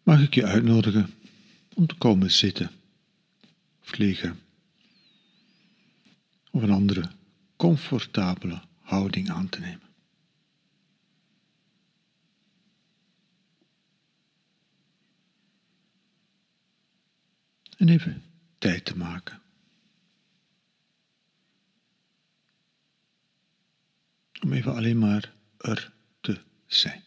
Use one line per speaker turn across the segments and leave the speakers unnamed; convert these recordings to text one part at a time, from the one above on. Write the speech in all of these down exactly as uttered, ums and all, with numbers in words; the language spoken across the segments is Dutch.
mag ik je uitnodigen om te komen zitten of liggen of een andere comfortabele houding aan te nemen. En even tijd te maken. Om even alleen maar er te zijn.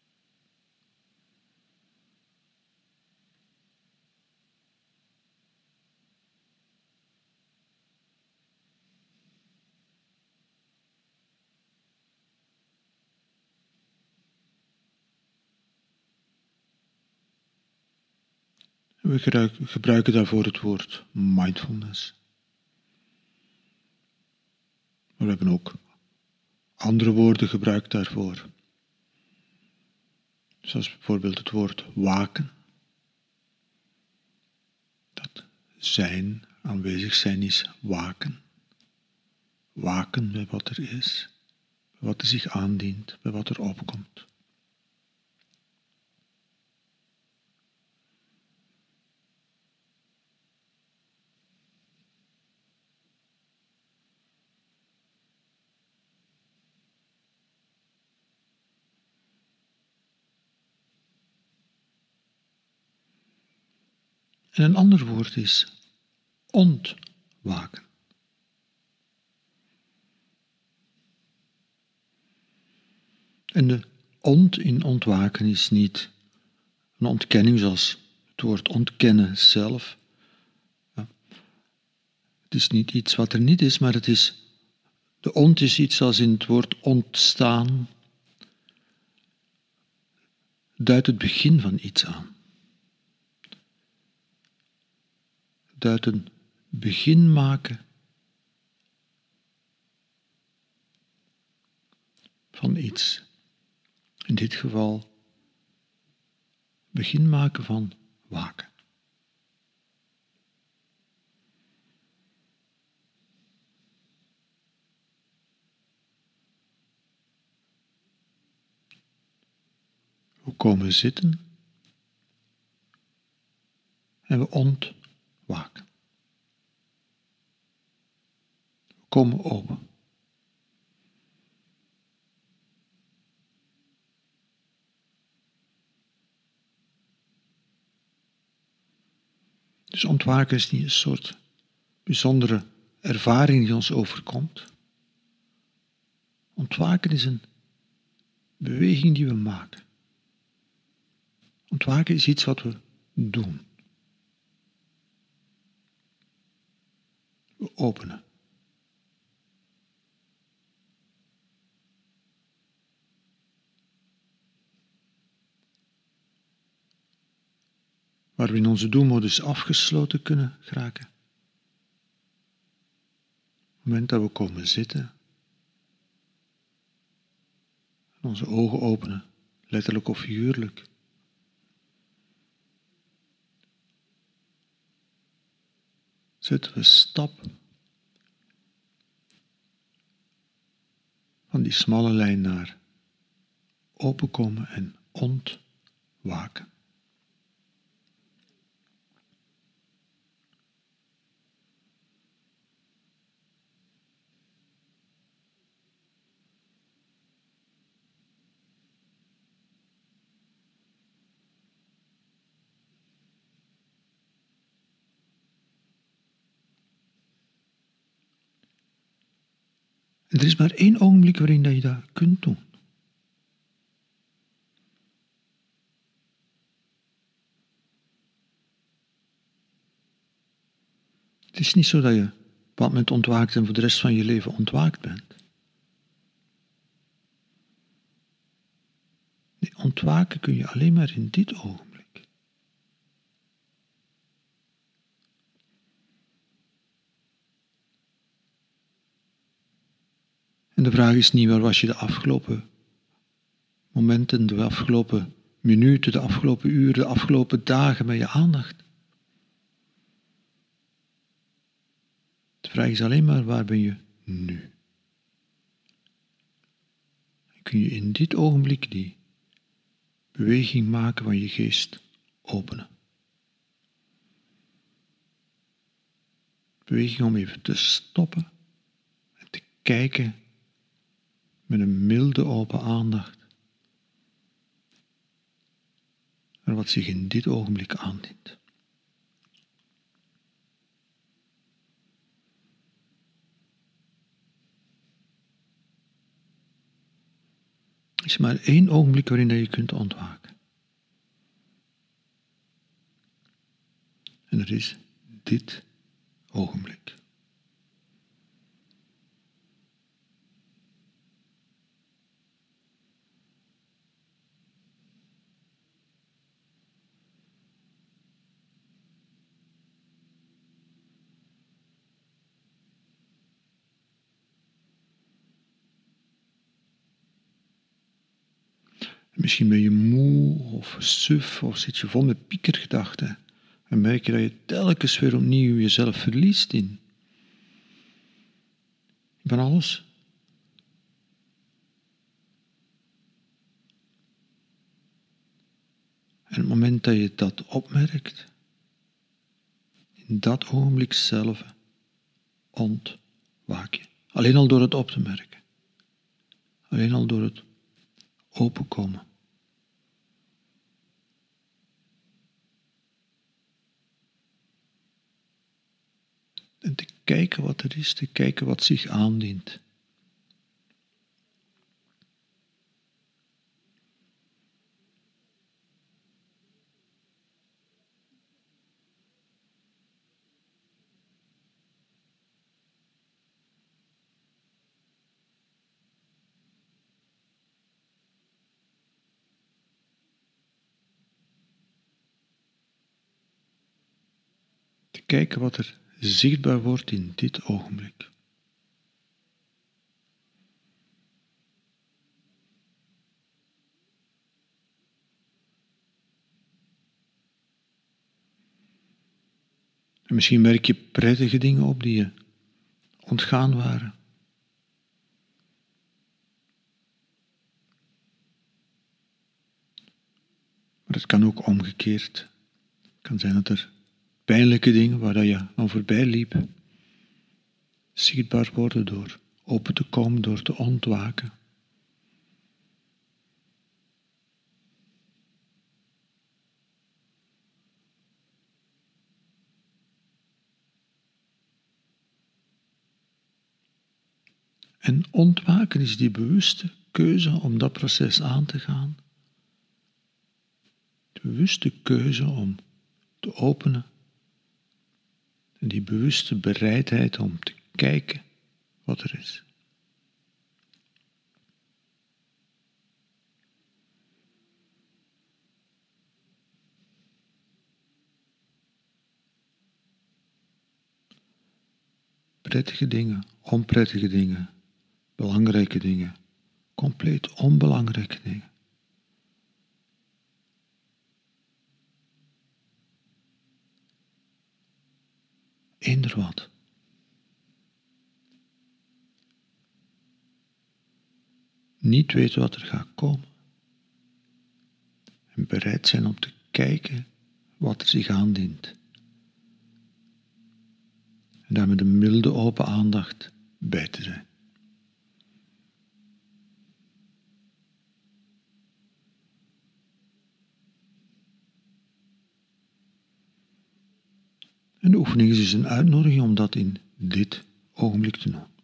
We gebruiken daarvoor het woord mindfulness. Maar we hebben ook andere woorden gebruikt daarvoor. Zoals bijvoorbeeld het woord waken. Dat zijn, aanwezig zijn is waken. Waken bij wat er is, bij wat er zich aandient, bij wat er opkomt. En een ander woord is ontwaken. En de ont in ontwaken is niet een ontkenning zoals het woord ontkennen zelf. Ja. Het is niet iets wat er niet is, maar het is, de ont is iets als in het woord ontstaan. Duidt het begin van iets aan. Duidt een begin maken van iets. In dit geval begin maken van waken. We komen zitten en we ontwaken. We komen open. Dus ontwaken is niet een soort bijzondere ervaring die ons overkomt. Ontwaken is een beweging die we maken. Ontwaken is iets wat we doen. We openen. Waar we in onze doelmodus afgesloten kunnen geraken. Op het moment dat we komen zitten en onze ogen openen, letterlijk of figuurlijk. Zetten we stap van die smalle lijn naar openkomen en ontwaken. En er is maar één ogenblik waarin dat je dat kunt doen. Het is niet zo dat je op een bepaald moment ontwaakt en voor de rest van je leven ontwaakt bent. Nee, ontwaken kun je alleen maar in dit ogenblik. En de vraag is niet waar was je de afgelopen momenten, de afgelopen minuten, de afgelopen uren, de afgelopen dagen met je aandacht. De vraag is alleen maar waar ben je nu? En kun je in dit ogenblik die beweging maken van je geest openen. Beweging om even te stoppen en te kijken met een milde open aandacht naar wat zich in dit ogenblik aandient. Er is maar één ogenblik waarin je kunt ontwaken. En dat is dit ogenblik. Misschien ben je moe of suf of zit je vol met piekergedachten en merk je dat je telkens weer opnieuw jezelf verliest in van alles. En het moment dat je dat opmerkt, in dat ogenblik zelf ontwaak je. Alleen al door het op te merken. Alleen al door het openkomen. En te kijken wat er is, te kijken wat zich aandient. Te kijken wat er zichtbaar wordt in dit ogenblik. En misschien merk je prettige dingen op die je ontgaan waren. Maar het kan ook omgekeerd. Het kan zijn dat er pijnlijke dingen waar je aan voorbij liep, zichtbaar worden door open te komen, door te ontwaken. En ontwaken is die bewuste keuze om dat proces aan te gaan. De bewuste keuze om te openen. En die bewuste bereidheid om te kijken wat er is. Prettige dingen, onprettige dingen, belangrijke dingen, compleet onbelangrijke dingen. Eender wat. Niet weten wat er gaat komen. En bereid zijn om te kijken wat er zich aandient. En daar met een milde open aandacht bij te zijn. En de oefening is dus een uitnodiging om dat in dit ogenblik te doen.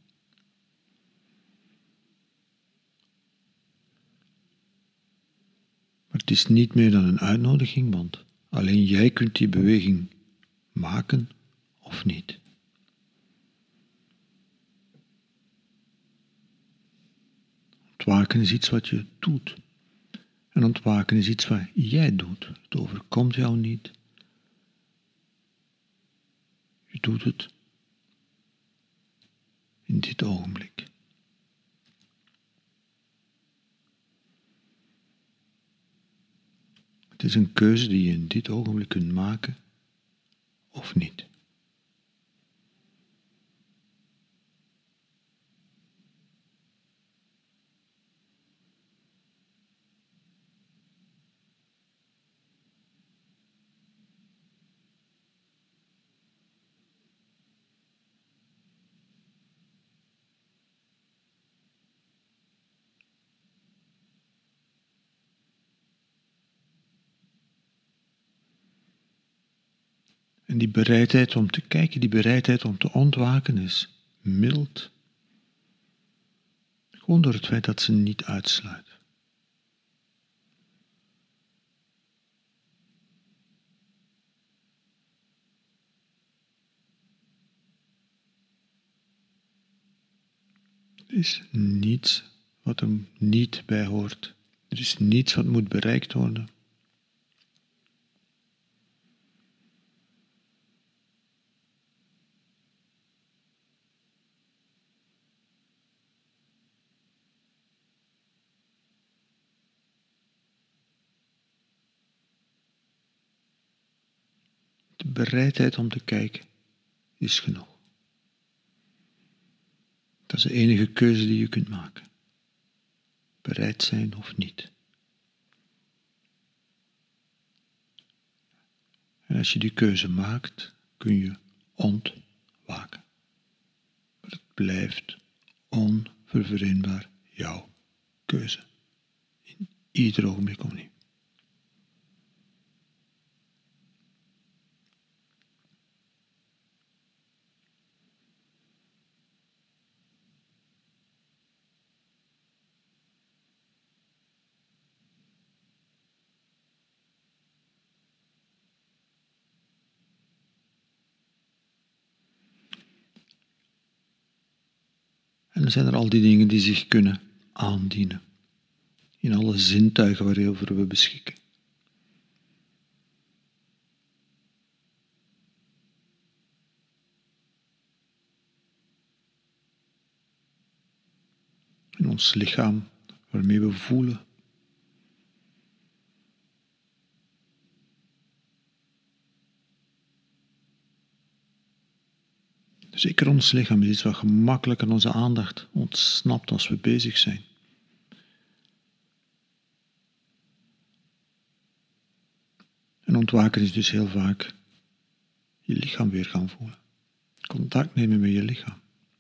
Maar het is niet meer dan een uitnodiging, want alleen jij kunt die beweging maken of niet. Ontwaken is iets wat je doet. En ontwaken is iets wat jij doet. Het overkomt jou niet. Je doet het in dit ogenblik. Het is een keuze die je in dit ogenblik kunt maken of niet. En die bereidheid om te kijken, die bereidheid om te ontwaken is mild. Gewoon door het feit dat ze niet uitsluit. Er is niets wat er niet bij hoort. Er is niets wat moet bereikt worden. De bereidheid om te kijken is genoeg. Dat is de enige keuze die je kunt maken. Bereid zijn of niet. En als je die keuze maakt, kun je ontwaken. Maar het blijft onvervreemdbaar jouw keuze. In ieder ogenblik opnieuw. En dan zijn er al die dingen die zich kunnen aandienen. In alle zintuigen waarover we beschikken. In ons lichaam, waarmee we voelen. Zeker ons lichaam is iets wat gemakkelijk aan onze aandacht ontsnapt als we bezig zijn. En ontwaken is dus heel vaak je lichaam weer gaan voelen. Contact nemen met je lichaam.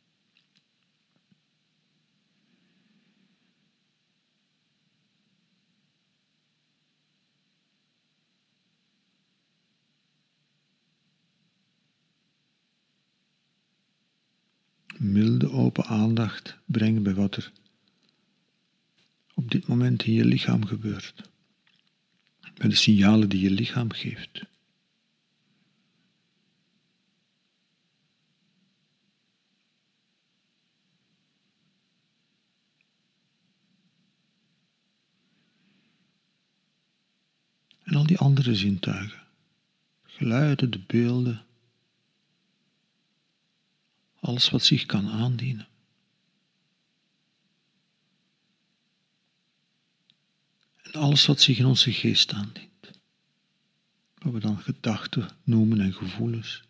Milde open aandacht brengen bij wat er op dit moment in je lichaam gebeurt. Bij de signalen die je lichaam geeft. En al die andere zintuigen. Geluiden, de beelden. Alles wat zich kan aandienen. En alles wat zich in onze geest aandient. Wat we dan gedachten noemen en gevoelens.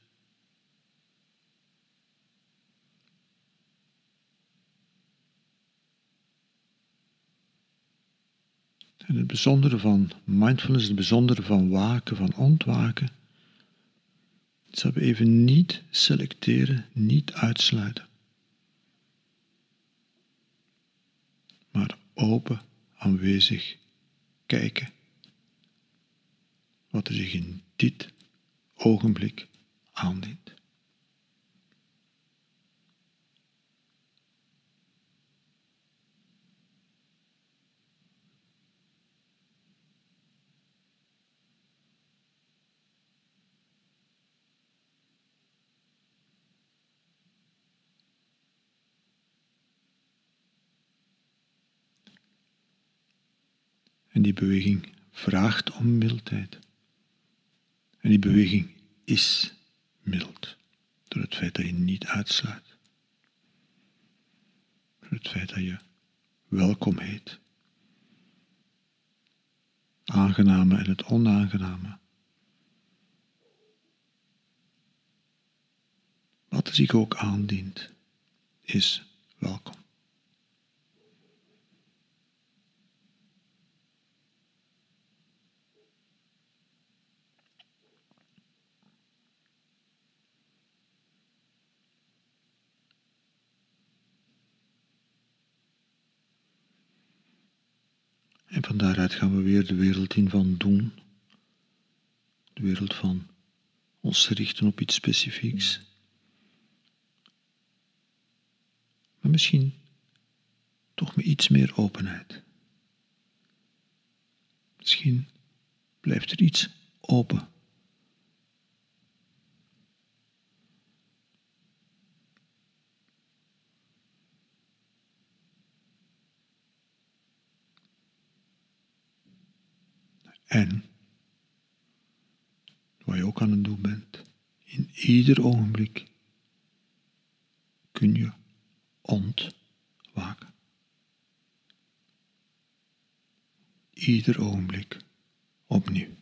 En het bijzondere van mindfulness, het bijzondere van waken, van ontwaken, is dat we even niet selecteren, niet uitsluiten. Maar open, aanwezig, kijken wat er zich in dit ogenblik aandient. En die beweging vraagt om mildheid. En die beweging is mild. Door het feit dat je niet uitsluit. Door het feit dat je welkom heet. Aangename en het onaangename. Wat er zich ook aandient, is welkom. En van daaruit gaan we weer de wereld in van doen. De wereld van ons richten op iets specifieks. Maar misschien toch met iets meer openheid. Misschien blijft er iets open. En, wat je ook aan het doen bent, in ieder ogenblik kun je ontwaken. Ieder ogenblik opnieuw.